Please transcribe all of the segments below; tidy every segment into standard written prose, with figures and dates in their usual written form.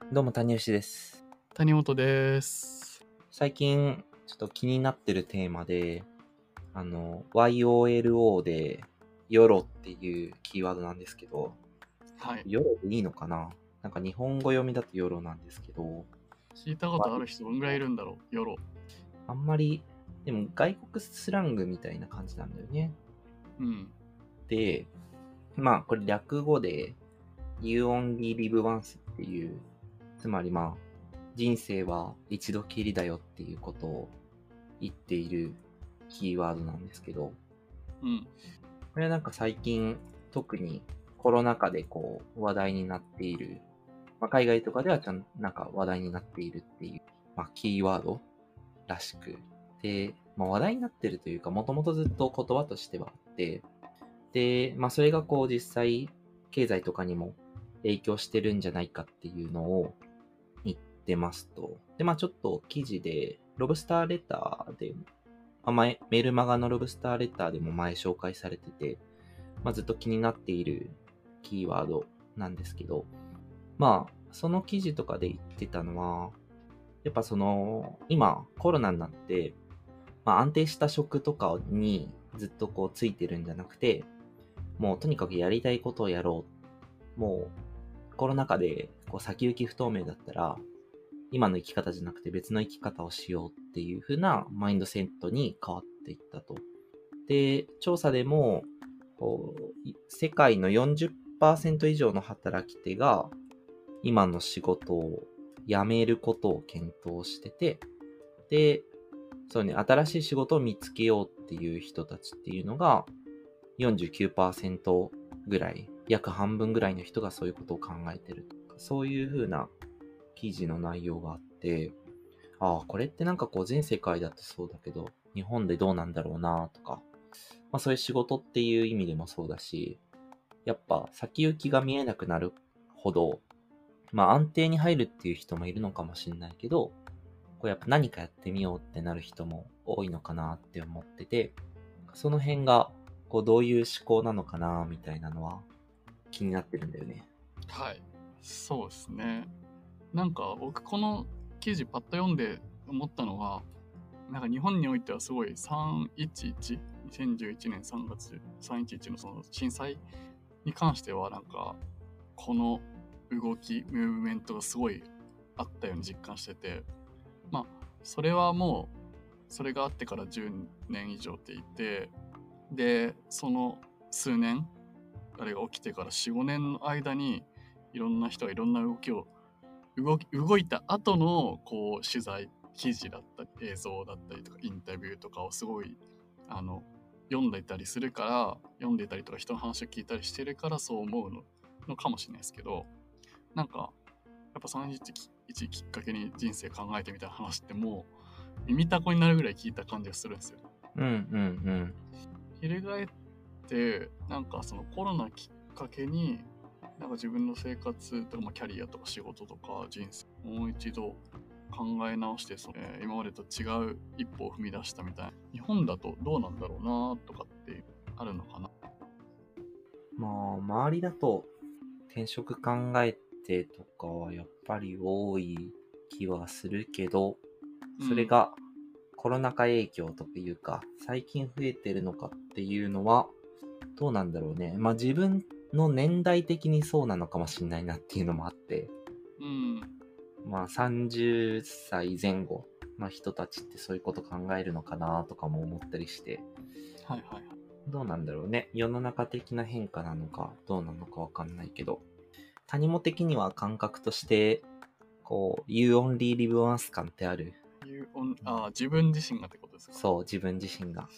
どうも谷吉です。 谷本です。 最近ちょっと気になってるテーマで、YOLO でヨロっていうキーワードなんですけど、 はい。 ヨロでいいのかな？なんか日本語読みだとヨロなんですけど、 聞いたことある人どんぐらいいるんだろう、ヨロ。 あんまり、でも外国スラングみたいな感じなんだよね。 うん。 で、まあこれ略語で You only live once っていう、つまりまあ人生は一度きりだよっていうことを言っているキーワードなんですけど、 うん。 これはなんか最近特にコロナ禍でこう話題になっている、まあ、海外とかではなんか話題になっているっていう、まあ、キーワードらしく。で、まあ、話題になってるというか、もともとずっと言葉としてはあって、で、まあそれがこう実際経済とかにも影響してるんじゃないかっていうのを言ってますと。で、まあちょっと記事で、ロブスターレターでメールマガのロブスターレターでも前紹介されてて、まあ、ずっと気になっているキーワードなんですけど、まあ、その記事とかで言ってたのは、やっぱその、今コロナになって、まあ安定した職とかにずっとこうついてるんじゃなくて、もうとにかくやりたいことをやろう。もうコロナ禍でこう先行き不透明だったら、今の生き方じゃなくて別の生き方をしようっていう風なマインドセットに変わっていったと。で、調査でも、こう世界の40%以上の働き手が今の仕事を辞めることを検討してて、で、そうね、新しい仕事を見つけようっていう人たちっていうのが49%ぐらい、約半分ぐらいの人がそういうことを考えてるとか、そういう風な記事の内容があって、ああ、これってなんかこう全世界だとそうだけど、日本でどうなんだろうなとか、まあそういう仕事っていう意味でもそうだし、やっぱ先行きが見えなくなるほど、まあ安定に入るっていう人もいるのかもしれないけど、こうやっぱ何かやってみようってなる人も多いのかなって思ってて、その辺がこうどういう思考なのかなみたいなのは気になってるんだよね。 はい。そうですね。なんか僕この記事パッと読んで思ったのは、なんか日本においてはすごい311、2011年3月311のその震災に関してはなんかこの動き、ムーブメントがすごいあったように実感してて、まあそれはもうそれがあってから10年以上っていて、でその数年あれが起きてから4、5年の間にいろんな人がいろんな動きを動いた後のこう取材記事だったり映像だったりとかインタビューとかをすごいあの読んでいたりするから読んでいたりとか人の話を聞いたりしてるからそう思うのかもしれないですけど、なんかやっぱ311きっかけに人生考えてみたいな話ってもう耳たこになるぐらい聞いた感じがするんですよ。 うんうん翻ってなんかそのコロナきっかけになんか自分の生活とか、まあ、キャリアとか仕事とか人生もう一度考え直して今までと違う一歩を踏み出したみたいな、日本だとどうなんだろうなとかってあるのかな。 うん。まあ、周りだと転職考えてとかはやっぱり多い気はするけど、 うん。 それがコロナ禍影響というか、最近増えてるのかっていうのは、どうなんだろうね。まあ自分の年代的にそうなのかもしれないなっていうのもあって、 うん。 まあ30歳前後の人たちってそういうこと考えるのかなとかも思ったりして、 はいはいはい。 どうなんだろうね。世の中的な変化なのか、どうなのかわかんないけど、谷本的には感覚として、こう、You only live once 感ってある。 自分自身がってことですか。 そう、自分自身が。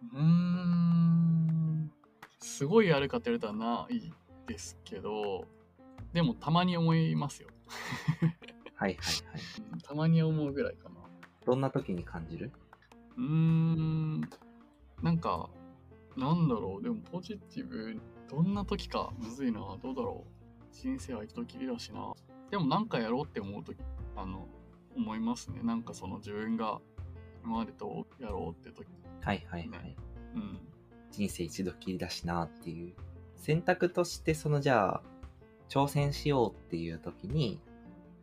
すごいあるかって言われたらないですけど、でもたまに思いますよ。 はいはいはい。 たまに思うぐらいかな。 どんな時に感じる？ うーん、なんか、なんだろう、でもポジティブ、どんな時か、むずいな、どうだろう。人生は一度きりだしな。でもなんかやろうって思う時、思いますね。なんかその自分が今までとやろうって時はいはいはね。 い。 うん。 人生一度きりだしなっていう。選択としてじゃあ、挑戦しようっていう時に、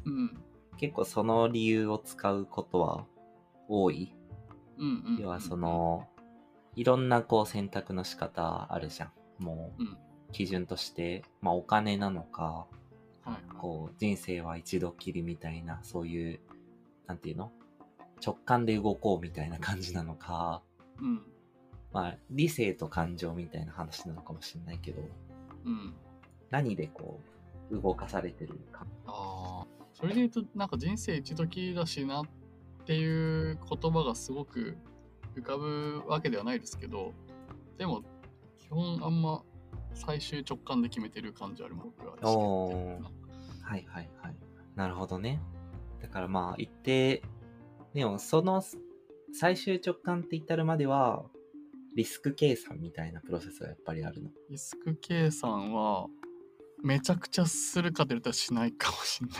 うん結構その理由を使うことは多い。 うん要はその、いろんなこう選択の仕方あるじゃん。もううん基準として、まあお金なのか、 はいこう人生は一度きりみたいな、そういう、なんていうの直感で動こうみたいな感じなのか、 うんまあ理性と感情みたいな話なのかもしれないけど、 うん何でこう動かされてるか。 ああ、それで言うと、なんか人生一度きりだしなっていう言葉がすごく浮かぶわけではないですけど、でも、基本あんま最終直感で決めてる感じある、僕は。 おー、はいはいはい。なるほどね。だからまあ一定、でもその最終直感って至るまでは、リスク計算みたいなプロセスがやっぱりあるの。 リスク計算は、めちゃくちゃするかと言ったらしないかもしれない。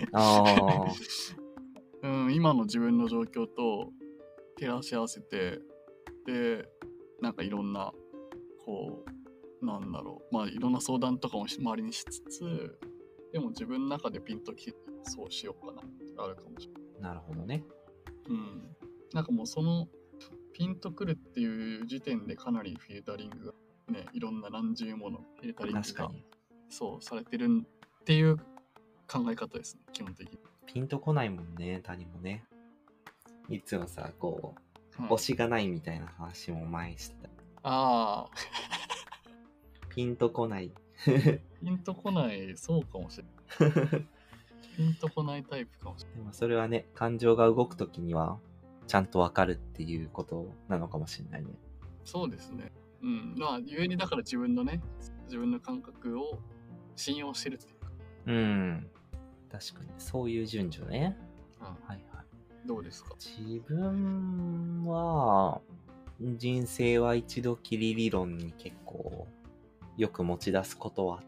あうん、今の自分の状況と照らし合わせて、で、なんかいろんな、こう、なんだろう、まあいろんな相談とかも周りにしつつ、でも自分の中でピンときて、そうしようかなってあるかもしれない。 あ、なるほどね。 うん。なんかもうその、ピンとくるっていう時点でかなりフィルタリングが、ね、いろんな何重ものフィルタリングが、 確かに。 そうされてるっていう考え方ですね、基本的に。 ピンとこないもんね、谷もね。いつもさ、こう、 はい、 推しがないみたいな話も前にしてた。 ああ、 ピンとこない。 ピンとこない、そうかもしれない。ピンとこないタイプかもしれない。 でもそれはね、感情が動くときには、ちゃんとわかるっていうことなのかもしれないね。 そうですね。うん。まあ、故にだから自分のね、自分の感覚を信用してるっていうか。 うん。確かに、そういう順序ね。 うん、 はいはい。 どうですか？ 自分は、人生は一度きり理論に結構よく持ち出すことはあって、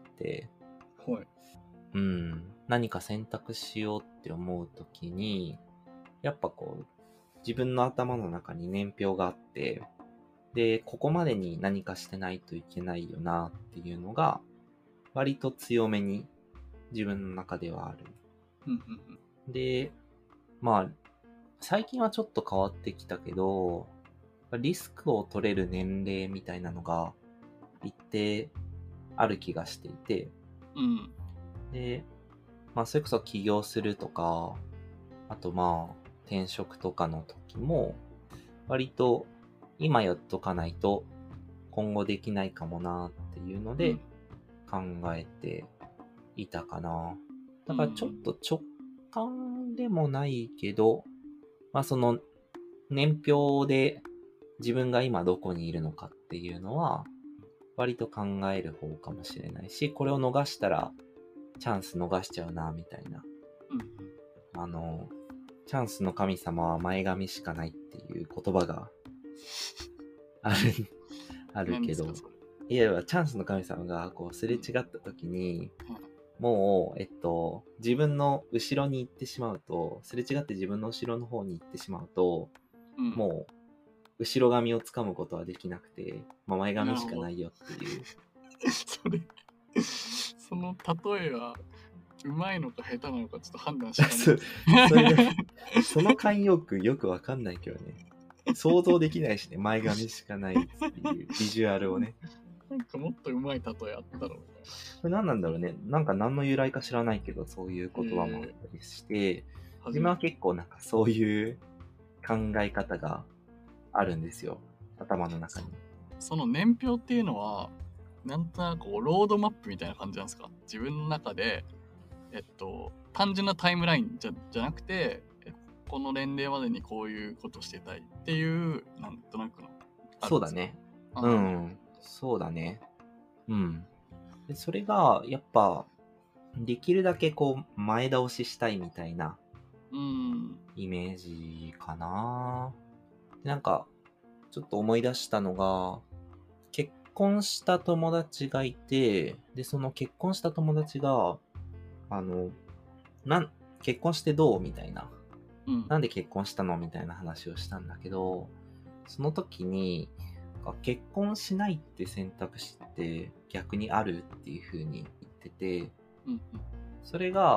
はい。 うん。何か選択しようって思うときに、やっぱこう、自分の頭の中に年表があって、で、ここまでに何かしてないといけないよなっていうのが、割と強めに自分の中ではある。 うんうんで、まあ、最近はちょっと変わってきたけど、リスクを取れる年齢みたいなのが一定ある気がしていて、 うん。うん。 で、まあそれこそ起業するとか、あとまあ転職とかの時も、割と今やっとかないと今後できないかもなっていうので考えていたかな。だからちょっと直感でもないけど、まあその年表で自分が今どこにいるのかっていうのは割と考える方かもしれないし、これを逃したらチャンス逃しちゃうなみたいな。 うんチャンスの神様は前髪しかないっていう言葉がある、あるけど、 何ですか、それ。 いや、チャンスの神様がこうすれ違った時に、もう、自分の後ろに行ってしまうと、すれ違って自分の後ろの方に行ってしまうと、 うん。 もう、後ろ髪を掴むことはできなくて、まあ、前髪しかないよっていう。 それ、その例えは、うまいのか下手なのかちょっと判断しかない。 それが、その慣用句よくわかんないけどね。想像できないしね、前髪しかないっていうビジュアルをね。 なんかもっとうまい例えあったろうね。 これ何なんだろうね。なんか何の由来か知らないけど、そういう言葉もあったりして、自分は結構なんかそういう考え方があるんですよ。頭の中に。 その年表っていうのは、なんとなくこうロードマップみたいな感じなんですか？自分の中で、単純なタイムラインじゃなくて、この年齢までにこういうことしてたいっていう、なんとなくの。 そうだね。 あるんですか？ うん。そうだね。うん。でそれが、やっぱ、できるだけこう、前倒ししたいみたいなイメージかな。でなんか、ちょっと思い出したのが、結婚した友達がいて、で、その結婚した友達が、あの、結婚してどうみたいな。 うんなんで結婚したのみたいな話をしたんだけど、その時に、結婚しないって選択肢って逆にあるっていう風に言ってて、 うんそれが、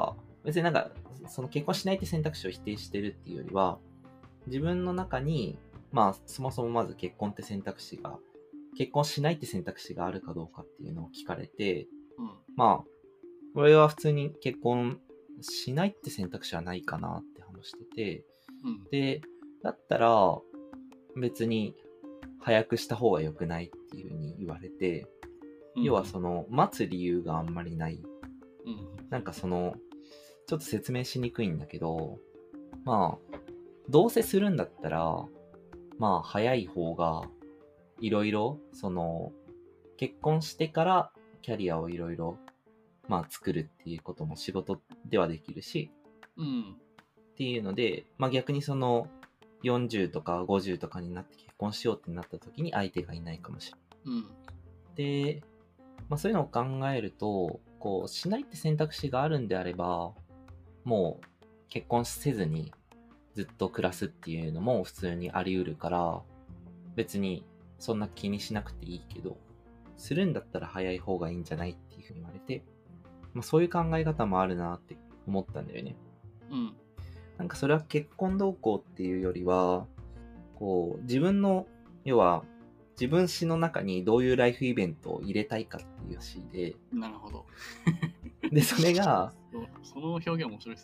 別になんか、その結婚しないって選択肢を否定してるっていうよりは、自分の中に、まあ、そもそもまず結婚って選択肢が、結婚しないって選択肢があるかどうかっていうのを聞かれて、まあ、俺は普通に結婚しないって選択肢はないかなって話してて、で、だったら、別に早くした方が良くないっていう風に言われて、要はその、待つ理由があんまりない。なんかその、ちょっと説明しにくいんだけど、まあ、どうせするんだったら、まあ、早い方が、いろいろ、その、結婚してからキャリアをいろいろ、まあ、作るっていうことも仕事ではできるし、っていうので、まあ逆にその、40とか50とかになって結婚しようってなった時に相手がいないかもしれない。で、まあそういうのを考えると、こう、しないって選択肢があるんであれば、もう結婚せずにずっと暮らすっていうのも普通にあり得るから、別にそんな気にしなくていいけど、するんだったら早い方がいいんじゃないっていうふうに言われて、まあそういう考え方もあるなって思ったんだよね。なんかそれは結婚動向っていうよりは、こう、自分の、要は、自分史の中にどういうライフイベントを入れたいかっていう話で。 なるほど。 で、それが、 その表現面白いです。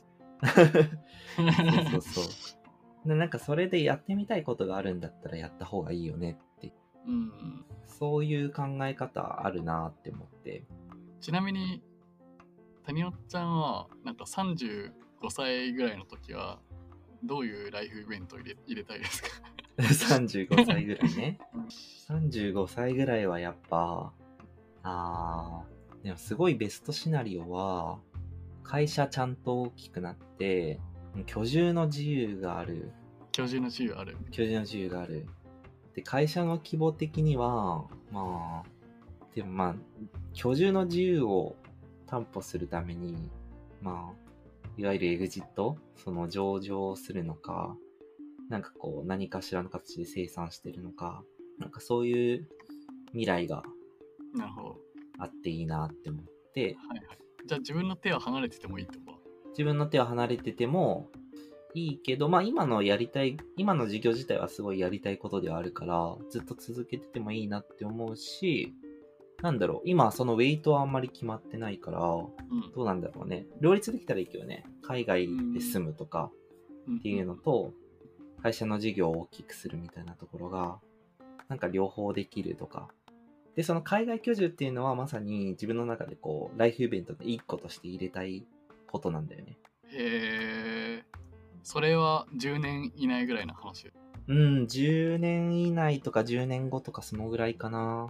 そう。なんかそれでやってみたいことがあるんだったらやった方がいいよねって。そういう考え方あるなって思って。 ちなみに、谷尾ちゃんは、なんか35歳ぐらいの時は、どういうライフイベントを入れたいですか？ 35歳ぐらいね。35歳ぐらいはやっぱ、でもすごいベストシナリオは、会社ちゃんと大きくなって、居住の自由がある。 居住の自由ある。 居住の自由がある。で、会社の規模的には、まあ、でもまあ、居住の自由を担保するために、まあ、いわゆるエグジット、その上場するのか、なんかこう、何かしらの形で生産してるのか、なんかそういう未来があっていいなって思って、 じゃあ自分の手は離れててもいいってこと？ 自分の手は離れててもいいけど、まあ今の事業自体はすごいやりたいことではあるから、ずっと続けててもいいなって思うし、なんだろう、今そのウェイトはあんまり決まってないから、どうなんだろうね。両立できたらいいけどね。海外で住むとかっていうのと、会社の事業を大きくするみたいなところが、なんか両方できるとか。で、その海外居住っていうのはまさに自分の中でこう、ライフイベントで一個として入れたいことなんだよね。 へえ。それは10年以内ぐらいの話？ 10年以内とか10年後とかそのぐらいかな。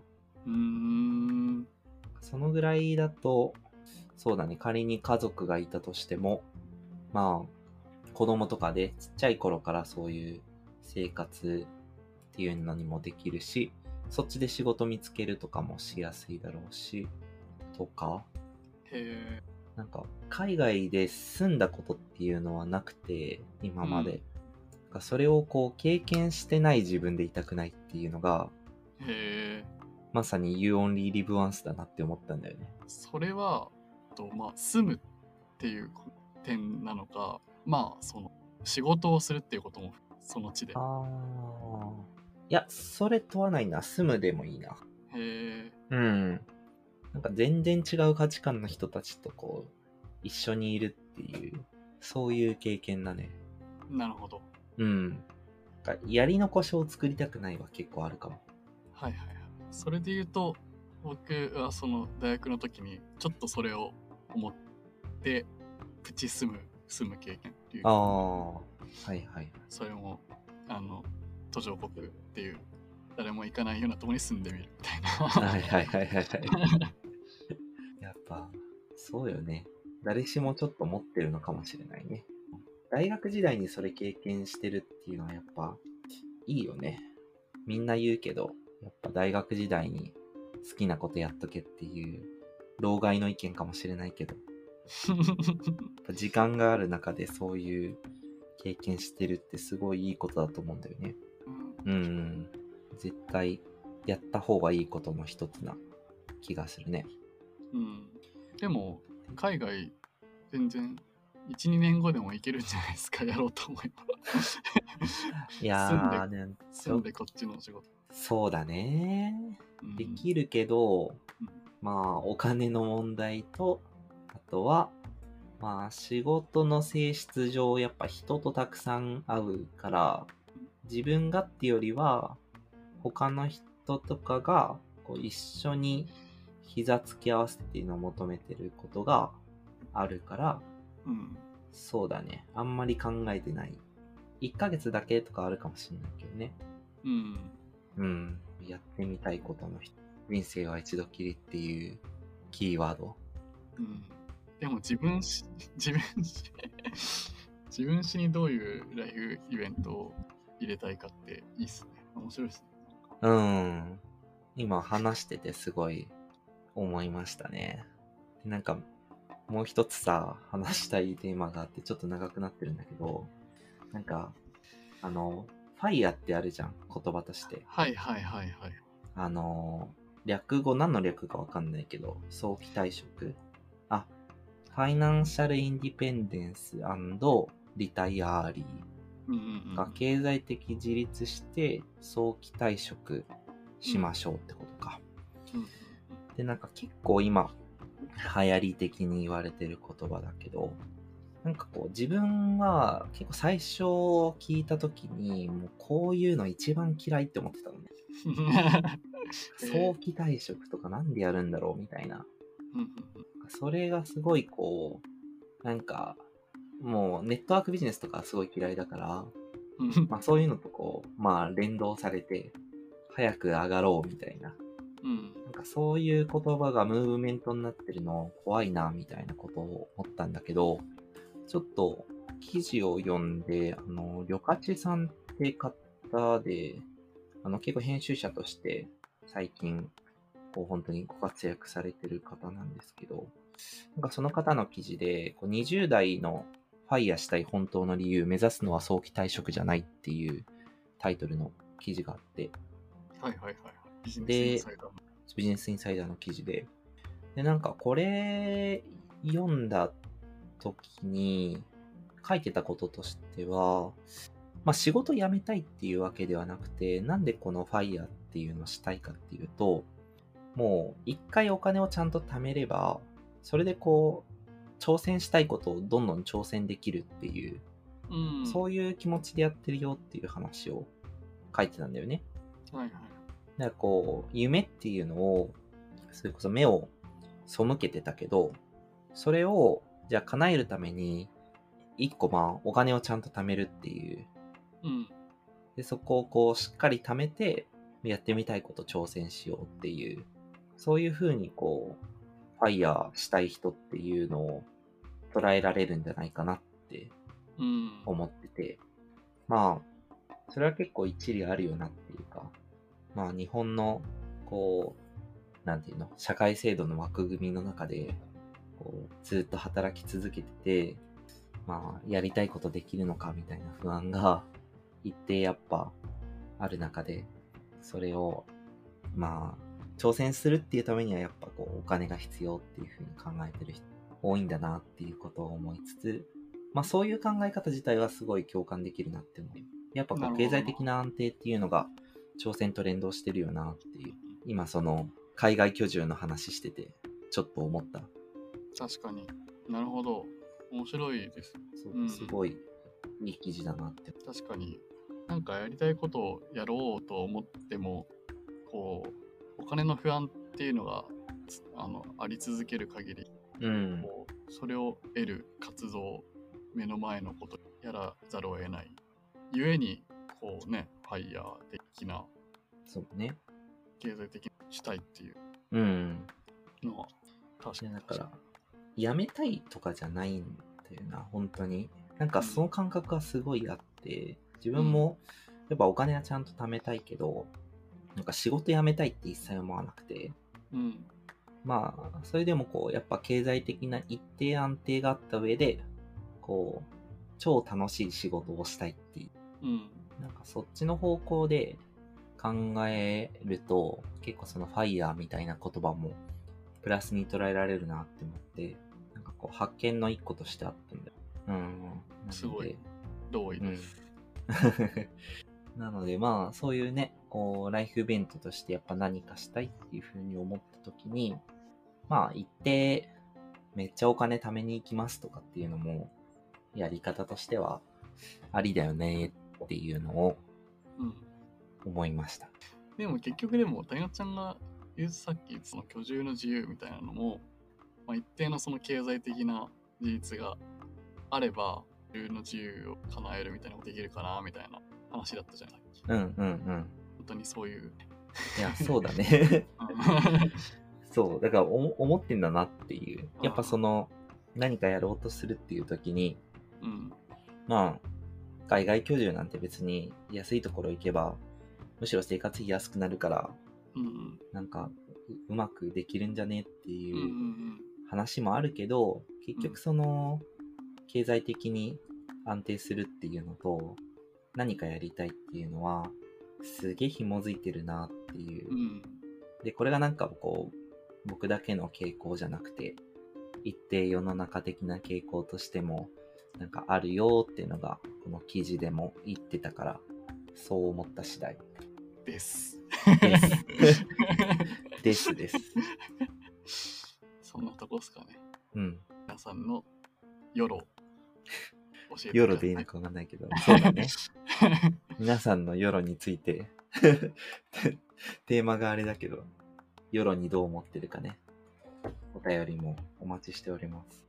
そのぐらいだと、そうだね、仮に家族がいたとしても、まあ、子供とかでちっちゃい頃からそういう生活っていうのにもできるし、そっちで仕事見つけるとかもしやすいだろうし、とか。なんか、海外で住んだことっていうのはなくて、今まで。それをこう経験してない自分でいたくないっていうのが、まさに You Only Live Once だなって思ったんだよね。 それは、まあ、住むっていう点なのか、まあ、その、仕事をするっていうことも、その地で。 いや、それ問わないな。住むでもいいな。なんか全然違う価値観の人たちとこう、一緒にいるっていう、そういう経験だね。 なるほど。 やり残しを作りたくないは結構あるかも。 それで言うと、僕はその大学の時にちょっとそれを思ってプチ住む経験っていう。それも途上国っていう誰も行かないようなところに住んでみるみたいな。 やっぱそうよね。誰しもちょっと持ってるのかもしれないね。大学時代にそれ経験してるっていうのはやっぱいいよね。みんな言うけど、やっぱ大学時代に好きなことやっとけっていう老害の意見かもしれないけど、やっぱ時間がある中でそういう経験してるってすごいいいことだと思うんだよね。絶対やった方がいいことの一つな気がするね。 でも海外全然 1、2年後でもいけるんじゃないですか、やろうと思えば。 いやー、ね、 住んでこっちの仕事。 そうだね。 うんできるけど、 うんまあ、お金の問題と、あとは、まあ、仕事の性質上、やっぱ人とたくさん会うから、自分がっていうよりは、他の人とかが、こう一緒に膝つき合わせっていうのを求めてることがあるから、 うんそうだね。あんまり考えてない。1ヶ月だけとかあるかもしれないけどね。 うんうん。やってみたいことの人生は一度きりっていうキーワード。 うんでも自分史にどういうライフイベントを入れたいかっていいっすね。面白いっすね。 うん。今話しててすごい思いましたね。でなんか、もう一つさ、話したいテーマがあってちょっと長くなってるんだけど、なんか、ファイヤーってあるじゃん、言葉として。 はいはいはいはい。 略語、何の略かわかんないけど、早期退職。あ、ファイナンシャルインディペンデンス&リタイアーリー。 うんうんが経済的自立して早期退職しましょうってことか。 うんで、なんか結構今流行り的に言われてる言葉だけど、なんかこう自分は結構最初聞いた時にもうこういうの一番嫌いって思ってたのね。早期退職とかなんでやるんだろうみたいな。それがすごいこう、なんかもうネットワークビジネスとかすごい嫌いだから、まあそういうのとこう、まあ連動されて、早く上がろうみたいな。なんかそういう言葉がムーブメントになってるの怖いな、みたいなことを思ったんだけど、ちょっと記事を読んで、りょかちさんって方で、結構編集者として最近、こう本当にご活躍されてる方なんですけど、なんかその方の記事で、こう20代のファイヤーしたい本当の理由、目指すのは早期退職じゃないっていうタイトルの記事があって、 はいはいはい。ビジネスインで、 サイダー。 ビジネスインサイダーの記事で、で、なんかこれ読んだ時に書いてたこととしては、まあ仕事辞めたいっていうわけではなくて、なんでこのファイヤーっていうのをしたいかっていうと、もう一回お金をちゃんと貯めれば、それでこう、挑戦したいことをどんどん挑戦できるっていう、そういう気持ちでやってるよっていう話を書いてたんだよね。 はいはい。 だからこう、夢っていうのを、それこそ目を背けてたけど、それを、じゃあ叶えるために、一個まあ、お金をちゃんと貯めるっていう。で、そこをこう、しっかり貯めて、やってみたいこと挑戦しようっていう。そういう風にこう、ファイヤーしたい人っていうのを捉えられるんじゃないかなって思ってて、まあ、それは結構一理あるよなっていうか、まあ日本の、こう、なんていうの、社会制度の枠組みの中で、こう、ずっと働き続けてて、まあ、やりたいことできるのかみたいな不安が、一定やっぱ、ある中で、それを、まあ、挑戦するっていうためにはやっぱこう、お金が必要っていうふうに考えてる人多いんだなっていうことを思いつつ、まあそういう考え方自体はすごい共感できるなって思う。やっぱこう経済的な安定っていうのが挑戦と連動してるよなっていう。今その海外居住の話しててちょっと思った。 確かになるほど、面白いです。 そうすごいいい記事だなって。 確かになんかやりたいことをやろうと思ってもこうお金の不安っていうのがあり続ける限り、こうそれを得る活動、目の前のことやらざるを得ないゆえにこうね、ファイヤー的な、 そうね、 経済的にしたいっていうのは確かに。 だからやめたいとかじゃないんだよな、本当に。なんかその感覚はすごいあって、自分もやっぱお金はちゃんと貯めたいけど、なんか仕事辞めたいって一切思わなくて、まあそれでもこうやっぱ経済的な一定安定があった上で、こう超楽しい仕事をしたいっていう、なんかそっちの方向で考えると、結構そのファイヤーみたいな言葉もプラスに捉えられるなって思って、なんかこう発見の一個としてあったんだよ。 うん。 すごい同意です。 なのでまあそういうね、こうライフイベントとしてやっぱ何かしたいっていうふうに思った時に、まあ行ってめっちゃお金貯めに行きますとかっていうのもやり方としてはありだよねっていうのを思いました。 でも結局でも大学ちゃんが言うさっきその居住の自由みたいなのも、まあ、一定のその経済的な事実があれば居住の自由を叶えるみたいなのができるかなみたいな話だったじゃんさっき。本当にそういう。 いやそうだね。そうだから思ってんだなっていう。やっぱその何かやろうとするっていう時に、まあ海外居住なんて別に安いところ行けばむしろ生活費安くなるから、なんかうまくできるんじゃねっていう話もあるけど、結局その経済的に安定するっていうのと何かやりたいっていうのはすげえ紐づいてるなっていう。で、これがなんかこう僕だけの傾向じゃなくて一定世の中的な傾向としてもなんかあるよっていうのがこの記事でも言ってたから、そう思った次第です。 です。 そんなとこっすかね。 皆さんの夜を教えてください。 夜でいいのかわかんないけど、そうだね。皆さんの夜についてテーマがあれだけど、夜にどう思ってるかね。お便りもお待ちしております。